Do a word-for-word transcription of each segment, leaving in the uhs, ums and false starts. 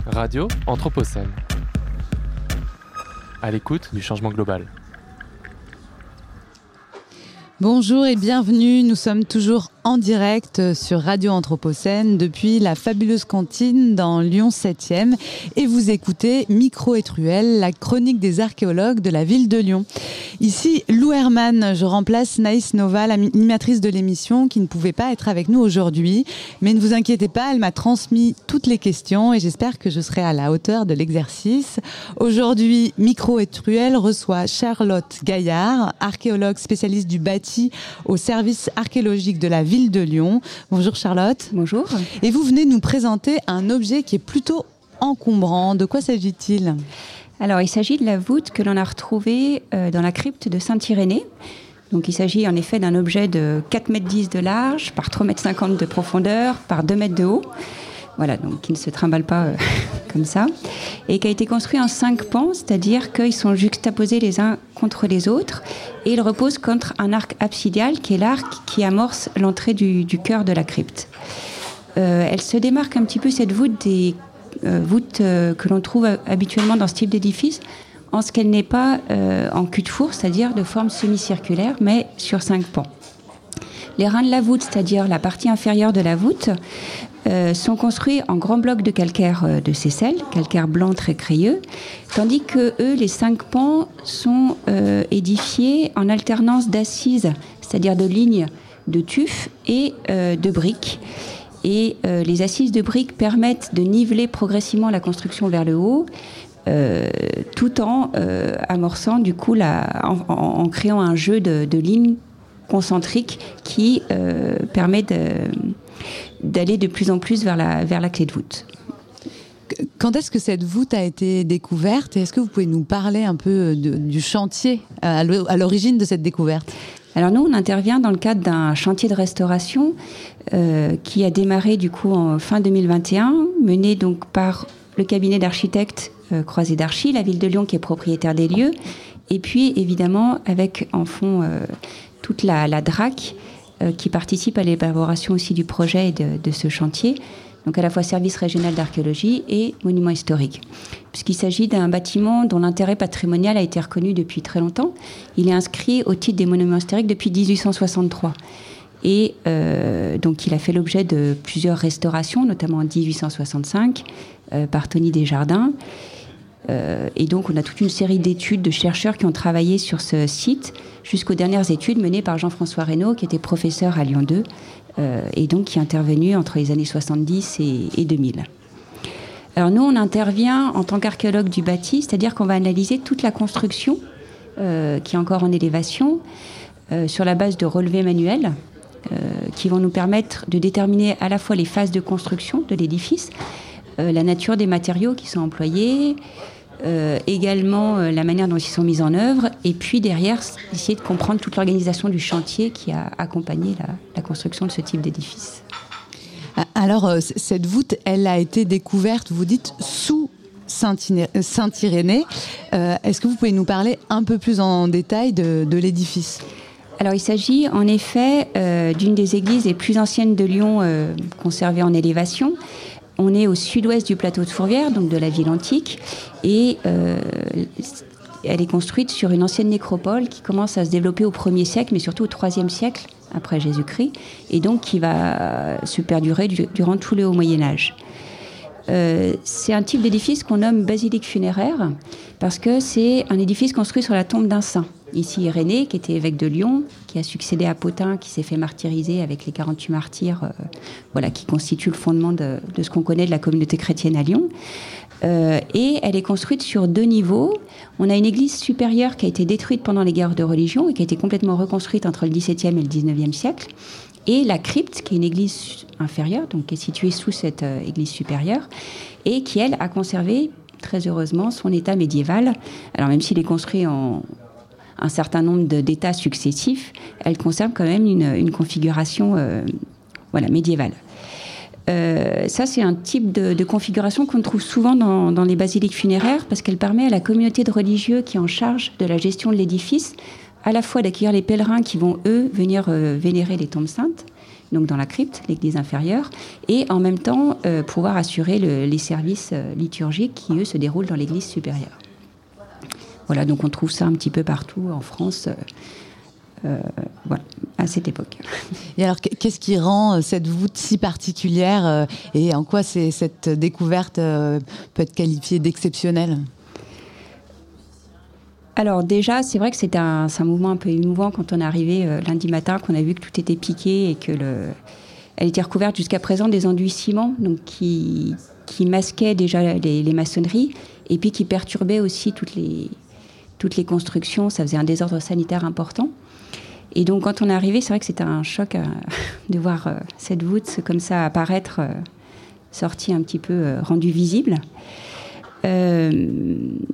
Radio Anthropocène. À l'écoute du changement global. Bonjour et bienvenue, nous sommes toujours en direct sur Radio Anthropocène depuis la fabuleuse cantine dans Lyon septième et vous écoutez Micro et Truelle, la chronique des archéologues de la ville de Lyon. Ici Lou Herman, je remplace Naïs Nova, l'animatrice de l'émission qui ne pouvait pas être avec nous aujourd'hui, mais ne vous inquiétez pas, elle m'a transmis toutes les questions et j'espère que je serai à la hauteur de l'exercice. Aujourd'hui, Micro et Truelle reçoit Charlotte Gaillard, archéologue spécialiste du bâti au service archéologique de la ville de Lyon. Bonjour Charlotte. Bonjour. Et vous venez nous présenter un objet qui est plutôt encombrant. De quoi s'agit-il ? Alors, il s'agit de la voûte que l'on a retrouvée euh, dans la crypte de Saint-Irénée. Donc, il s'agit en effet d'un objet de quatre mètres dix de large, par trois mètres cinquante de profondeur, par deux mètres de haut. Voilà, donc qui ne se trimballe pas euh, comme ça. Et qui a été construit en cinq pans, c'est-à-dire qu'ils sont juxtaposés les uns contre les autres. Et il repose contre un arc absidial, qui est l'arc qui amorce l'entrée du, du cœur de la crypte. Euh, elle se démarque un petit peu, cette voûte, des euh, voûtes euh, que l'on trouve habituellement dans ce type d'édifice, en ce qu'elle n'est pas euh, en cul-de-four, c'est-à-dire de forme semi-circulaire, mais sur cinq pans. Les reins de la voûte, c'est-à-dire la partie inférieure de la voûte, euh, sont construits en grands blocs de calcaire euh, de Seyssel, calcaire blanc très crayeux, tandis que eux, les cinq pans, sont euh, édifiés en alternance d'assises, c'est-à-dire de lignes de tuf et euh, de briques. Et euh, les assises de briques permettent de niveler progressivement la construction vers le haut, euh, tout en euh, amorçant, du coup, la, en, en, en créant un jeu de, de lignes concentriques qui euh, permet de, d'aller de plus en plus vers la, vers la clé de voûte. Quand est-ce que cette voûte a été découverte et est-ce que vous pouvez nous parler un peu de, du chantier à l'origine de cette découverte ? Alors nous, on intervient dans le cadre d'un chantier de restauration euh, qui a démarré du coup en fin deux mille vingt et un, mené donc par le cabinet d'architectes euh, Croisé d'Archi, la ville de Lyon qui est propriétaire des lieux, et puis évidemment avec en fond euh, toute la, la D R A C euh, qui participe à l'élaboration aussi du projet et de, de ce chantier, donc à la fois service régional d'archéologie et monument historique. Puisqu'il s'agit d'un bâtiment dont l'intérêt patrimonial a été reconnu depuis très longtemps. Il est inscrit au titre des monuments historiques depuis dix-huit cent soixante-trois. Et euh, donc il a fait l'objet de plusieurs restaurations, notamment en dix-huit cent soixante-cinq, euh, par Tony Desjardins. Euh, et donc on a toute une série d'études de chercheurs qui ont travaillé sur ce site, jusqu'aux dernières études menées par Jean-François Reynaud, qui était professeur à Lyon deux, euh, et donc qui est intervenu entre les années soixante-dix et, et deux mille. Alors nous, on intervient en tant qu'archéologue du bâti, c'est-à-dire qu'on va analyser toute la construction euh, qui est encore en élévation, euh, sur la base de relevés manuels, euh, qui vont nous permettre de déterminer à la fois les phases de construction de l'édifice, euh, la nature des matériaux qui sont employés, Euh, également euh, la manière dont ils sont mis en œuvre, et puis derrière essayer de comprendre toute l'organisation du chantier qui a accompagné la, la construction de ce type d'édifice. Alors euh, cette voûte, elle a été découverte, vous dites, sous Saint-Irénée. Euh, est-ce que vous pouvez nous parler un peu plus en détail de, de l'édifice ? Alors il s'agit en effet euh, d'une des églises les plus anciennes de Lyon euh, conservées en élévation. On est au sud-ouest du plateau de Fourvière, donc de la ville antique, et euh, elle est construite sur une ancienne nécropole qui commence à se développer au premier siècle, mais surtout au troisième siècle après Jésus-Christ, et donc qui va se perdurer du, durant tout le haut Moyen-Âge. Euh, c'est un type d'édifice qu'on nomme basilique funéraire, parce que c'est un édifice construit sur la tombe d'un saint. Ici, Irénée, qui était évêque de Lyon, qui a succédé à Pothin, qui s'est fait martyriser avec les quarante-huit martyrs, euh, voilà, qui constituent le fondement de, de ce qu'on connaît de la communauté chrétienne à Lyon. Euh, et elle est construite sur deux niveaux. On a une église supérieure qui a été détruite pendant les guerres de religion et qui a été complètement reconstruite entre le dix-septième et le dix-neuvième siècle. Et la crypte, qui est une église inférieure, donc qui est située sous cette euh, église supérieure, et qui, elle, a conservé, très heureusement, son état médiéval. Alors même s'il est construit en un certain nombre de, d'états successifs, elle conserve quand même une, une configuration euh, voilà, médiévale. Euh, ça, c'est un type de, de configuration qu'on trouve souvent dans, dans les basiliques funéraires, parce qu'elle permet à la communauté de religieux qui est en charge de la gestion de l'édifice, à la fois d'accueillir les pèlerins qui vont, eux, venir euh, vénérer les tombes saintes, donc dans la crypte, l'église inférieure, et en même temps euh, pouvoir assurer le, les services euh, liturgiques qui, eux, se déroulent dans l'église supérieure. Voilà, donc on trouve ça un petit peu partout en France, euh, euh, voilà, à cette époque. Et alors, qu'est-ce qui rend cette voûte si particulière euh, et en quoi c'est, cette découverte euh, peut être qualifiée d'exceptionnelle ? Alors déjà, c'est vrai que c'est un, c'est un mouvement un peu émouvant quand on est arrivé euh, lundi matin, qu'on a vu que tout était piqué et que le, elle était recouverte jusqu'à présent des enduits ciment, donc qui, qui masquaient déjà les, les maçonneries et puis qui perturbaient aussi toutes les, toutes les constructions. Ça faisait un désordre sanitaire important. Et donc quand on est arrivé, c'est vrai que c'était un choc euh, de voir euh, cette voûte comme ça apparaître, euh, sortie un petit peu euh, rendue visible. Euh,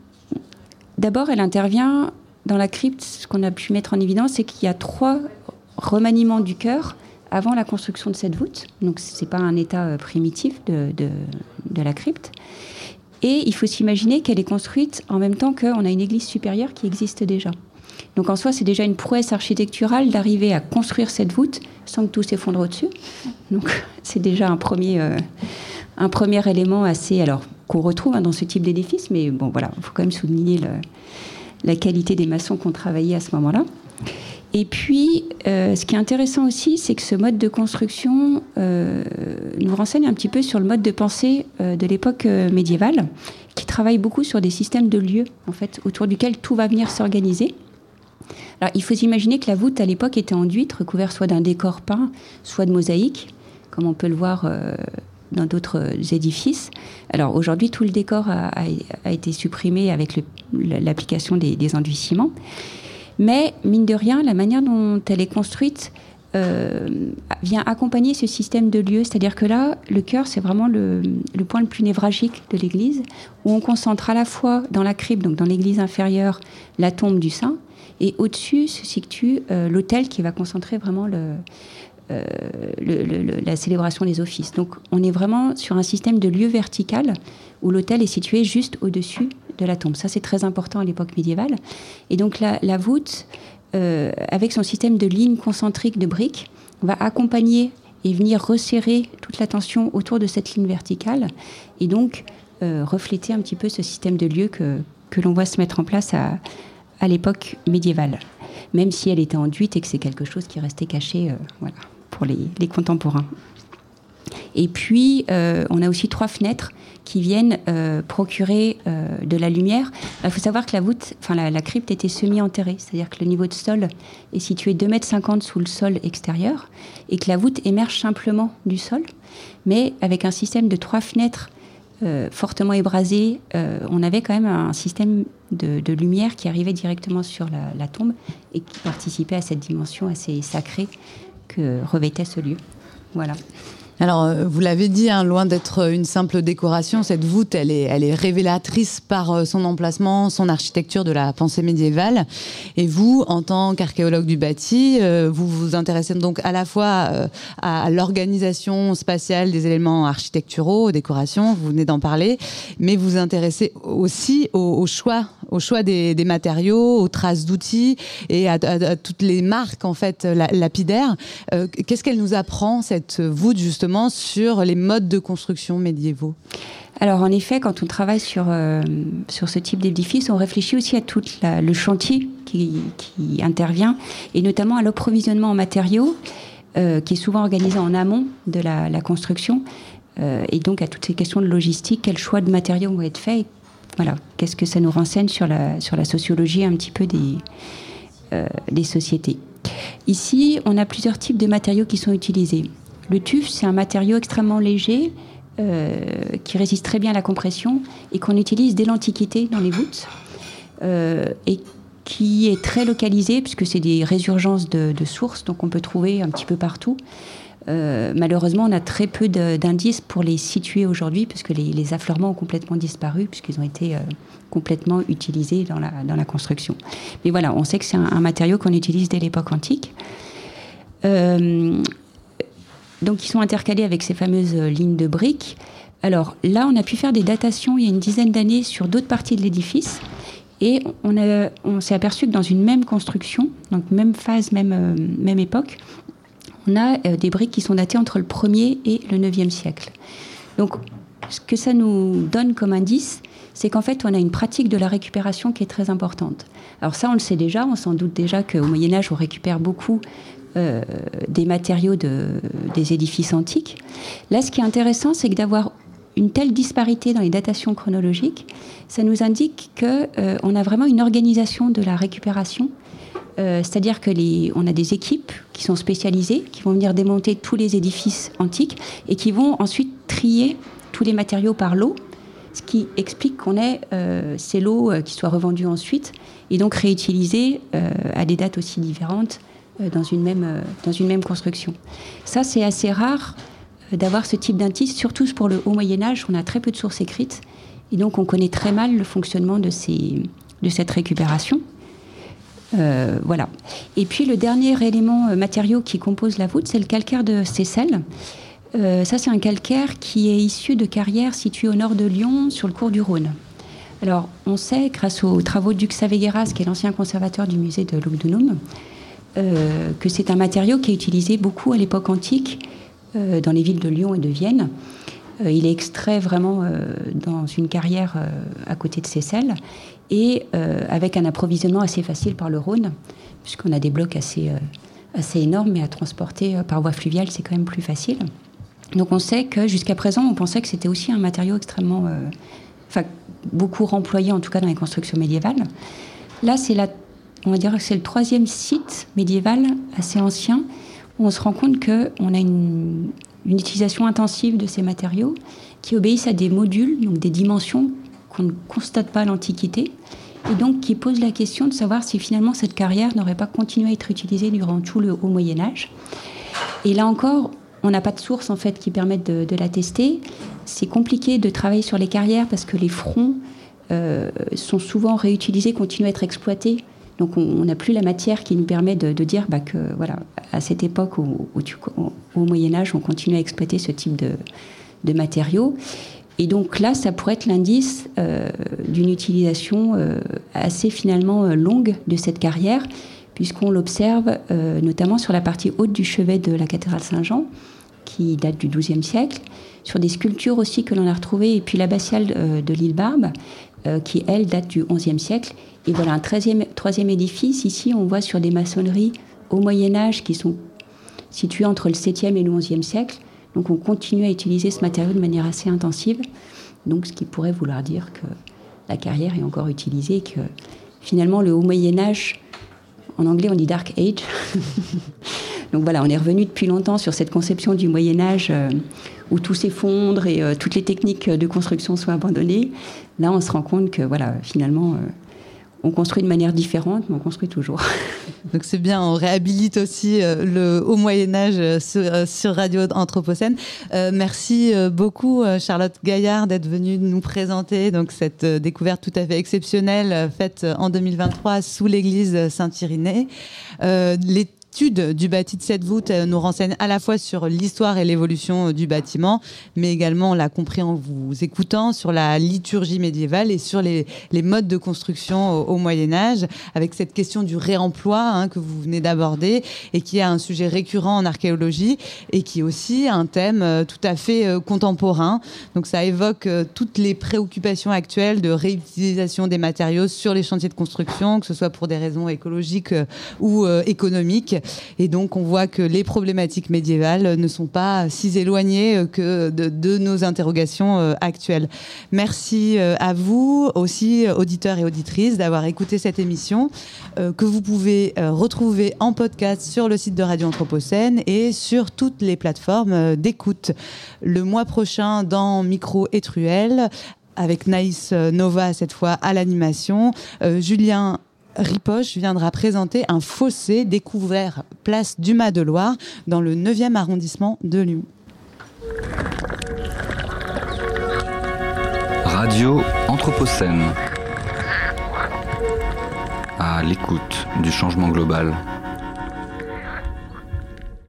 d'abord, elle intervient dans la crypte. Ce qu'on a pu mettre en évidence, c'est qu'il y a trois remaniements du chœur avant la construction de cette voûte. Donc c'est pas un état euh, primitif de, de, de la crypte. Et il faut s'imaginer qu'elle est construite en même temps qu'on a une église supérieure qui existe déjà. Donc en soi, c'est déjà une prouesse architecturale d'arriver à construire cette voûte sans que tout s'effondre au-dessus. Donc c'est déjà un premier, euh, un premier élément assez, alors qu'on retrouve hein, dans ce type d'édifice, mais bon voilà, il faut quand même souligner le, la qualité des maçons qui ont travaillé à ce moment-là. Et puis, euh, ce qui est intéressant aussi, c'est que ce mode de construction euh, nous renseigne un petit peu sur le mode de pensée euh, de l'époque euh, médiévale, qui travaille beaucoup sur des systèmes de lieux, en fait, autour duquel tout va venir s'organiser. Alors, il faut s'imaginer que la voûte, à l'époque, était enduite, recouverte soit d'un décor peint, soit de mosaïques, comme on peut le voir euh, dans d'autres édifices. Alors, aujourd'hui, tout le décor a, a, a été supprimé avec le, l'application des, des enduits ciment. Mais, mine de rien, la manière dont elle est construite euh, vient accompagner ce système de lieux. C'est-à-dire que là, le chœur, c'est vraiment le, le point le plus névralgique de l'église, où on concentre à la fois dans la crypte, donc dans l'église inférieure, la tombe du saint, et au-dessus se situe euh, l'autel qui va concentrer vraiment le, euh, le, le, la célébration des offices. Donc on est vraiment sur un système de lieu vertical où l'autel est situé juste au-dessus de la tombe. Ça, c'est très important à l'époque médiévale. Et donc la, la voûte, euh, avec son système de lignes concentriques de briques, va accompagner et venir resserrer toute la tension autour de cette ligne verticale et donc euh, refléter un petit peu ce système de lieu que, que l'on voit se mettre en place à à l'époque médiévale, même si elle était enduite et que c'est quelque chose qui restait caché euh, voilà, pour les, les contemporains. Et puis, euh, on a aussi trois fenêtres qui viennent euh, procurer euh, de la lumière. Il faut savoir que la voûte, enfin la, la crypte était semi-enterrée, c'est-à-dire que le niveau de sol est situé deux mètres cinquante sous le sol extérieur et que la voûte émerge simplement du sol, mais avec un système de trois fenêtres Euh, fortement ébrasé, euh, on avait quand même un système de, de lumière qui arrivait directement sur la, la tombe et qui participait à cette dimension assez sacrée que revêtait ce lieu. Voilà. Alors, vous l'avez dit, hein, loin d'être une simple décoration, cette voûte, elle est, elle est révélatrice par son emplacement, son architecture de la pensée médiévale. Et vous, en tant qu'archéologue du bâti, euh, vous vous intéressez donc à la fois euh, à l'organisation spatiale des éléments architecturaux, aux décorations, vous venez d'en parler, mais vous vous intéressez aussi au, au choix, au choix des, des matériaux, aux traces d'outils et à, à, à toutes les marques en fait lapidaires. Euh, qu'est-ce qu'elle nous apprend, cette voûte, justement, sur les modes de construction médiévaux? Alors en effet, quand on travaille sur, euh, sur ce type d'édifice, on réfléchit aussi à tout la, le chantier qui, qui intervient, et notamment à l'approvisionnement en matériaux, euh, qui est souvent organisé en amont de la, la construction, euh, et donc à toutes ces questions de logistique, quels choix de matériaux vont être faits, et voilà, qu'est-ce que ça nous renseigne sur la, sur la sociologie un petit peu des, euh, des sociétés. Ici, on a plusieurs types de matériaux qui sont utilisés. Le tuf, c'est un matériau extrêmement léger euh, qui résiste très bien à la compression et qu'on utilise dès l'Antiquité dans les voûtes euh, et qui est très localisé puisque c'est des résurgences de, de sources, donc on peut trouver un petit peu partout. Euh, malheureusement, on a très peu de, d'indices pour les situer aujourd'hui puisque les, les affleurements ont complètement disparu puisqu'ils ont été euh, complètement utilisés dans la, dans la construction. Mais voilà, on sait que c'est un, un matériau qu'on utilise dès l'époque antique. Euh, Donc, ils sont intercalés avec ces fameuses lignes de briques. Alors là, on a pu faire des datations il y a une dizaine d'années sur d'autres parties de l'édifice. Et on, a, on s'est aperçu que dans une même construction, donc même phase, même, euh, même époque, on a euh, des briques qui sont datées entre le premier et le neuvième siècle. Donc, ce que ça nous donne comme indice, c'est qu'en fait, on a une pratique de la récupération qui est très importante. Alors ça, on le sait déjà, on s'en doute déjà qu'au Moyen-Âge, on récupère beaucoup euh, des matériaux de, des édifices antiques. Là, ce qui est intéressant, c'est que d'avoir une telle disparité dans les datations chronologiques, ça nous indique qu'on euh, a vraiment une organisation de la récupération. Euh, c'est-à-dire que les, on a des équipes qui sont spécialisées, qui vont venir démonter tous les édifices antiques et qui vont ensuite trier tous les matériaux par lot, ce qui explique qu'on ait euh, ces lots euh, qui soient revendus ensuite et donc réutilisés euh, à des dates aussi différentes euh, dans, une même, euh, dans une même construction. Ça, c'est assez rare euh, d'avoir ce type d'indice, surtout pour le haut Moyen-Âge, on a très peu de sources écrites et donc on connaît très mal le fonctionnement de, ces, de cette récupération. Euh, voilà. Et puis le dernier élément euh, matériau qui compose la voûte, c'est le calcaire de Seyssel. Euh, ça, c'est un calcaire qui est issu de carrières situées au nord de Lyon, sur le cours du Rhône. Alors, on sait, grâce aux travaux de Duc-Savegueras, qui est l'ancien conservateur du musée de Lugdunum, euh, que c'est un matériau qui est utilisé beaucoup à l'époque antique euh, dans les villes de Lyon et de Vienne. Euh, il est extrait vraiment euh, dans une carrière euh, à côté de Seyssel et euh, avec un approvisionnement assez facile par le Rhône, puisqu'on a des blocs assez, euh, assez énormes, mais à transporter euh, par voie fluviale, c'est quand même plus facile. Donc on sait que jusqu'à présent, on pensait que c'était aussi un matériau extrêmement... Euh, enfin, beaucoup remployé, en tout cas dans les constructions médiévales. Là, c'est la, on va dire que c'est le troisième site médiéval assez ancien où on se rend compte qu'on a une, une utilisation intensive de ces matériaux qui obéissent à des modules, donc des dimensions qu'on ne constate pas à l'Antiquité, et donc qui posent la question de savoir si finalement cette carrière n'aurait pas continué à être utilisée durant tout le haut Moyen-Âge. Et là encore, on n'a pas de sources en fait qui permettent de, de l'attester. C'est compliqué de travailler sur les carrières parce que les fronts euh, sont souvent réutilisés, continuent à être exploités. Donc on n'a plus la matière qui nous permet de, de dire bah, que voilà, à cette époque où, où tu, au, au Moyen-Âge, on continue à exploiter ce type de, de matériaux. Et donc là, ça pourrait être l'indice euh, d'une utilisation euh, assez finalement euh, longue de cette carrière, puisqu'on l'observe euh, notamment sur la partie haute du chevet de la cathédrale Saint-Jean, qui date du douzième siècle, sur des sculptures aussi que l'on a retrouvées, et puis l'abbatiale euh, de l'île Barbe, euh, qui, elle, date du onzième siècle. Et voilà, un treizième, troisième édifice, ici, on voit sur des maçonneries au Moyen-Âge qui sont situées entre le septième et le onzième siècle. Donc on continue à utiliser ce matériau de manière assez intensive, donc ce qui pourrait vouloir dire que la carrière est encore utilisée, et que finalement le haut Moyen-Âge, en anglais on dit Dark Age, donc voilà, on est revenu depuis longtemps sur cette conception du Moyen-Âge euh, où tout s'effondre et euh, toutes les techniques de construction sont abandonnées. Là on se rend compte que voilà, finalement... Euh, on construit de manière différente, mais on construit toujours. Donc c'est bien, on réhabilite aussi euh, le haut Moyen-Âge euh, sur, euh, sur Radio Anthropocène. Euh, merci euh, beaucoup euh, Charlotte Gaillard d'être venue nous présenter donc, cette euh, découverte tout à fait exceptionnelle euh, faite euh, en deux mille vingt-trois sous l'église Saint-Irénée. Euh, les L'étude du bâti de cette voûte nous renseigne à la fois sur l'histoire et l'évolution du bâtiment, mais également, on l'a compris en vous écoutant, sur la liturgie médiévale et sur les, les modes de construction au, au Moyen-Âge, avec cette question du réemploi hein, que vous venez d'aborder et qui est un sujet récurrent en archéologie et qui est aussi un thème tout à fait contemporain. Donc ça évoque toutes les préoccupations actuelles de réutilisation des matériaux sur les chantiers de construction, que ce soit pour des raisons écologiques ou euh, économiques. Et donc, on voit que les problématiques médiévales ne sont pas si éloignées que de, de nos interrogations actuelles. Merci à vous aussi, auditeurs et auditrices, d'avoir écouté cette émission que vous pouvez retrouver en podcast sur le site de Radio Anthropocène et sur toutes les plateformes d'écoute. Le mois prochain, dans Micro et Truelle, avec Naïs Nova cette fois à l'animation, euh, Julien Ripoche viendra présenter un fossé découvert place du Mas-de-Loire dans le neuvième arrondissement de Lyon. Radio Anthropocène. À l'écoute du changement global.